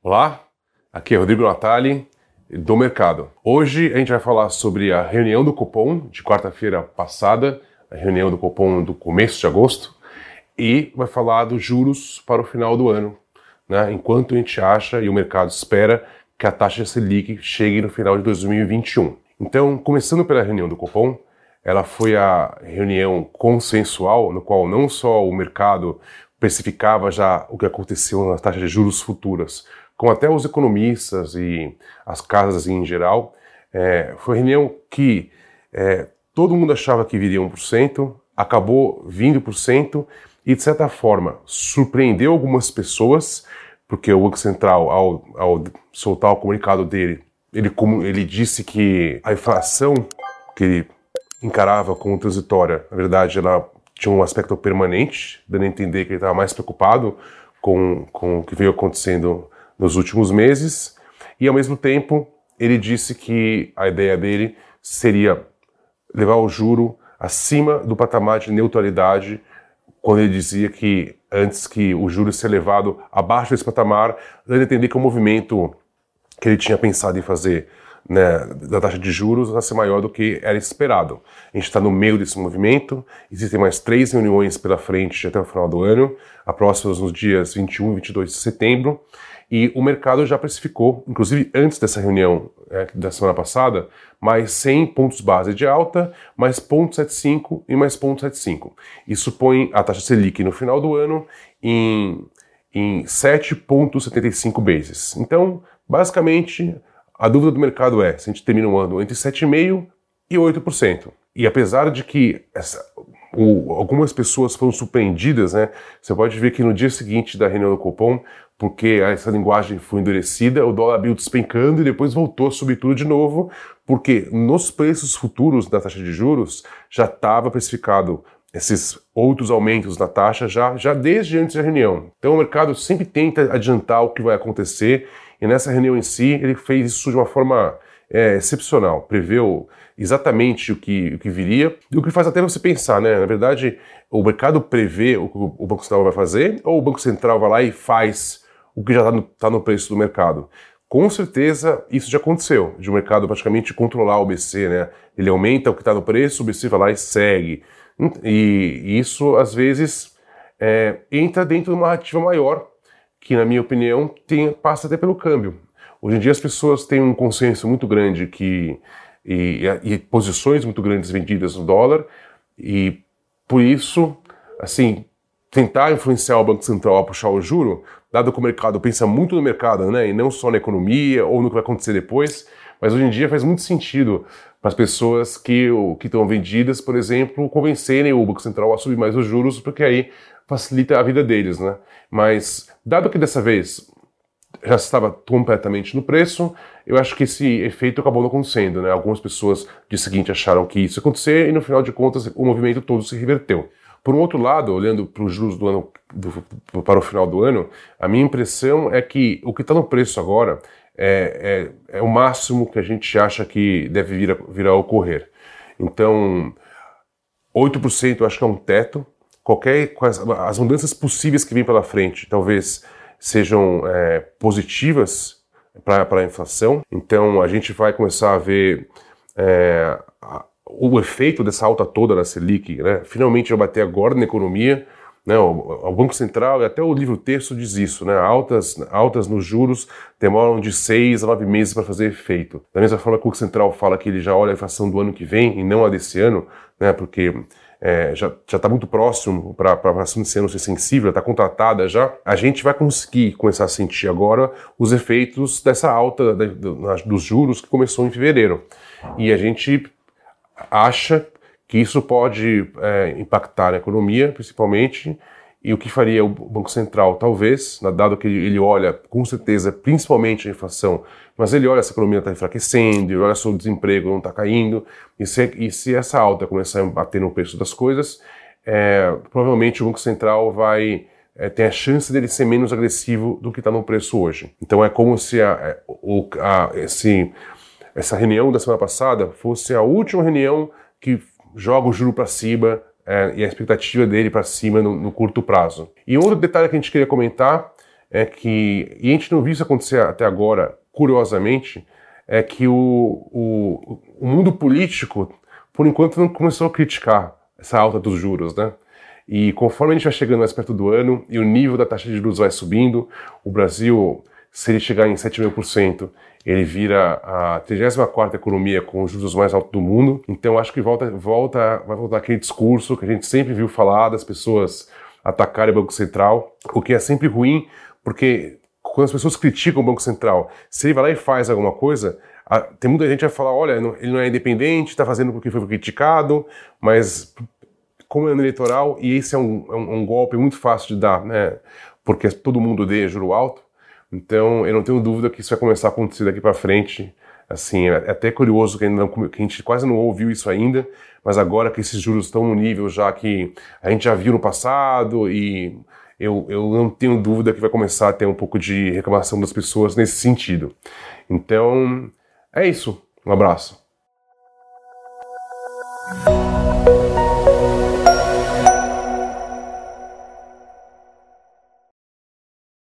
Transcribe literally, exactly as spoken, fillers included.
Olá, aqui é Rodrigo Natali, do Mercado. Hoje a gente vai falar sobre a reunião do Copom de quarta-feira passada, a reunião do Copom do começo de agosto, e vai falar dos juros para o final do ano, né? Enquanto a gente acha e o mercado espera que a taxa Selic chegue no final de dois mil e vinte e um. Então, começando pela reunião do Copom, ela foi a reunião consensual, no qual não só o mercado precificava já o que aconteceu nas taxas de juros futuras, como até os economistas e as casas em geral. É, foi uma reunião que é, todo mundo achava que viria um por cento, acabou vindo por cento e, de certa forma, surpreendeu algumas pessoas, porque o Banco Central, ao, ao soltar o comunicado dele, ele, como, ele disse que a inflação que ele encarava como transitória, na verdade, ela tinha um aspecto permanente, dando a entender que ele estava mais preocupado com, com o que veio acontecendo nos últimos meses, e ao mesmo tempo ele disse que a ideia dele seria levar o juro acima do patamar de neutralidade, quando ele dizia que antes que o juro seja levado abaixo desse patamar, dando a entender que o movimento que ele tinha pensado em fazer, né, da taxa de juros vai ser maior do que era esperado. A gente está no meio desse movimento, existem mais três reuniões pela frente até o final do ano, a próxima nos dias vinte e um e vinte e dois de setembro, e o mercado já precificou, inclusive antes dessa reunião é, da semana passada, mais cem pontos base de alta, mais zero vírgula setenta e cinco e mais zero vírgula setenta e cinco. Isso põe a taxa Selic no final do ano em, em sete vírgula setenta e cinco bases. Então, basicamente, a dúvida do mercado é se a gente termina o ano entre sete vírgula cinco por cento e oito por cento. E apesar de que essa, o, algumas pessoas foram surpreendidas, né, você pode ver que no dia seguinte da reunião do Copom, porque essa linguagem foi endurecida, o dólar abriu despencando e depois voltou a subir tudo de novo, porque nos preços futuros da taxa de juros já estava precificado esses outros aumentos na taxa já, já desde antes da reunião. Então o mercado sempre tenta adiantar o que vai acontecer, e nessa reunião em si ele fez isso de uma forma é, excepcional, preveu exatamente o que, o que viria, e o que faz até você pensar, né? Na verdade, o mercado prevê o que o Banco Central vai fazer, ou o Banco Central vai lá e faz o que já está no, tá no preço do mercado? Com certeza isso já aconteceu, de o mercado praticamente controlar o B C, né? Ele aumenta o que está no preço, o B C vai lá e segue. E isso, às vezes, é, entra dentro de uma narrativa maior, que, na minha opinião, tem, passa até pelo câmbio. Hoje em dia as pessoas têm um consenso muito grande que, e, e posições muito grandes vendidas no dólar, e por isso, assim, tentar influenciar o Banco Central a puxar o juro, dado que o mercado pensa muito no mercado, né, e não só na economia ou no que vai acontecer depois, mas hoje em dia faz muito sentido para as pessoas que que estão vendidas, por exemplo, convencerem o Banco Central a subir mais os juros, porque aí facilita a vida deles, né? Mas, dado que dessa vez já estava completamente no preço, eu acho que esse efeito acabou não acontecendo, né? Algumas pessoas, de seguinte, acharam que isso ia acontecer e, no final de contas, o movimento todo se reverteu. Por um outro lado, olhando para os juros do ano, do, para o final do ano, a minha impressão é que o que está no preço agora é, é, é o máximo que a gente acha que deve vir a, vir a ocorrer. Então, oito por cento eu acho que é um teto. Qualquer, as, as mudanças possíveis que vêm pela frente talvez sejam é, positivas para a inflação. Então, a gente vai começar a ver é, a, o efeito dessa alta toda na Selic, né? Finalmente vai bater agora na economia, né? O, o Banco Central e até o livro-texto diz isso, né? Altas, altas nos juros demoram de seis a nove meses para fazer efeito. Da mesma forma que o Banco Central fala que ele já olha a inflação do ano que vem e não a desse ano, né? Porque é, já está muito próximo para a inflação desse ano ser sensível, está contratada já, a gente vai conseguir começar a sentir agora os efeitos dessa alta da, da, dos juros que começou em fevereiro. E a gente acha que isso pode é, impactar a economia, principalmente, e o que faria o Banco Central, talvez, dado que ele olha, com certeza, principalmente a inflação, mas ele olha se a economia está enfraquecendo, ele olha se o desemprego não está caindo, e se, e se essa alta começar a bater no preço das coisas, é, provavelmente o Banco Central vai é, ter a chance dele ser menos agressivo do que está no preço hoje. Então é como se a, a, a, esse, essa reunião da semana passada fosse a última reunião que joga o juro para cima, é, e a expectativa dele para cima no, no curto prazo. E um outro detalhe que a gente queria comentar é que, e a gente não viu isso acontecer até agora, curiosamente, é que o, o, o mundo político, por enquanto, não começou a criticar essa alta dos juros, né? E conforme a gente vai chegando mais perto do ano e o nível da taxa de juros vai subindo, o Brasil, se ele chegar em sete mil por cento, ele vira a trigésima quarta economia com os juros mais altos do mundo. Então acho que volta, volta, vai voltar aquele discurso que a gente sempre viu falar das pessoas atacarem o Banco Central, o que é sempre ruim, porque quando as pessoas criticam o Banco Central, se ele vai lá e faz alguma coisa, a, tem muita gente que vai falar, olha, não, ele não é independente, está fazendo porque foi criticado, mas como é ano eleitoral, e esse é um, é um, um golpe muito fácil de dar, né, porque todo mundo odeia juro alto, então eu não tenho dúvida que isso vai começar a acontecer daqui para frente. Assim, é até curioso que, ainda não, que a gente quase não ouviu isso ainda, mas agora que esses juros estão no nível já que a gente já viu no passado, e eu, eu não tenho dúvida que vai começar a ter um pouco de reclamação das pessoas nesse sentido. Então, é isso. Um abraço.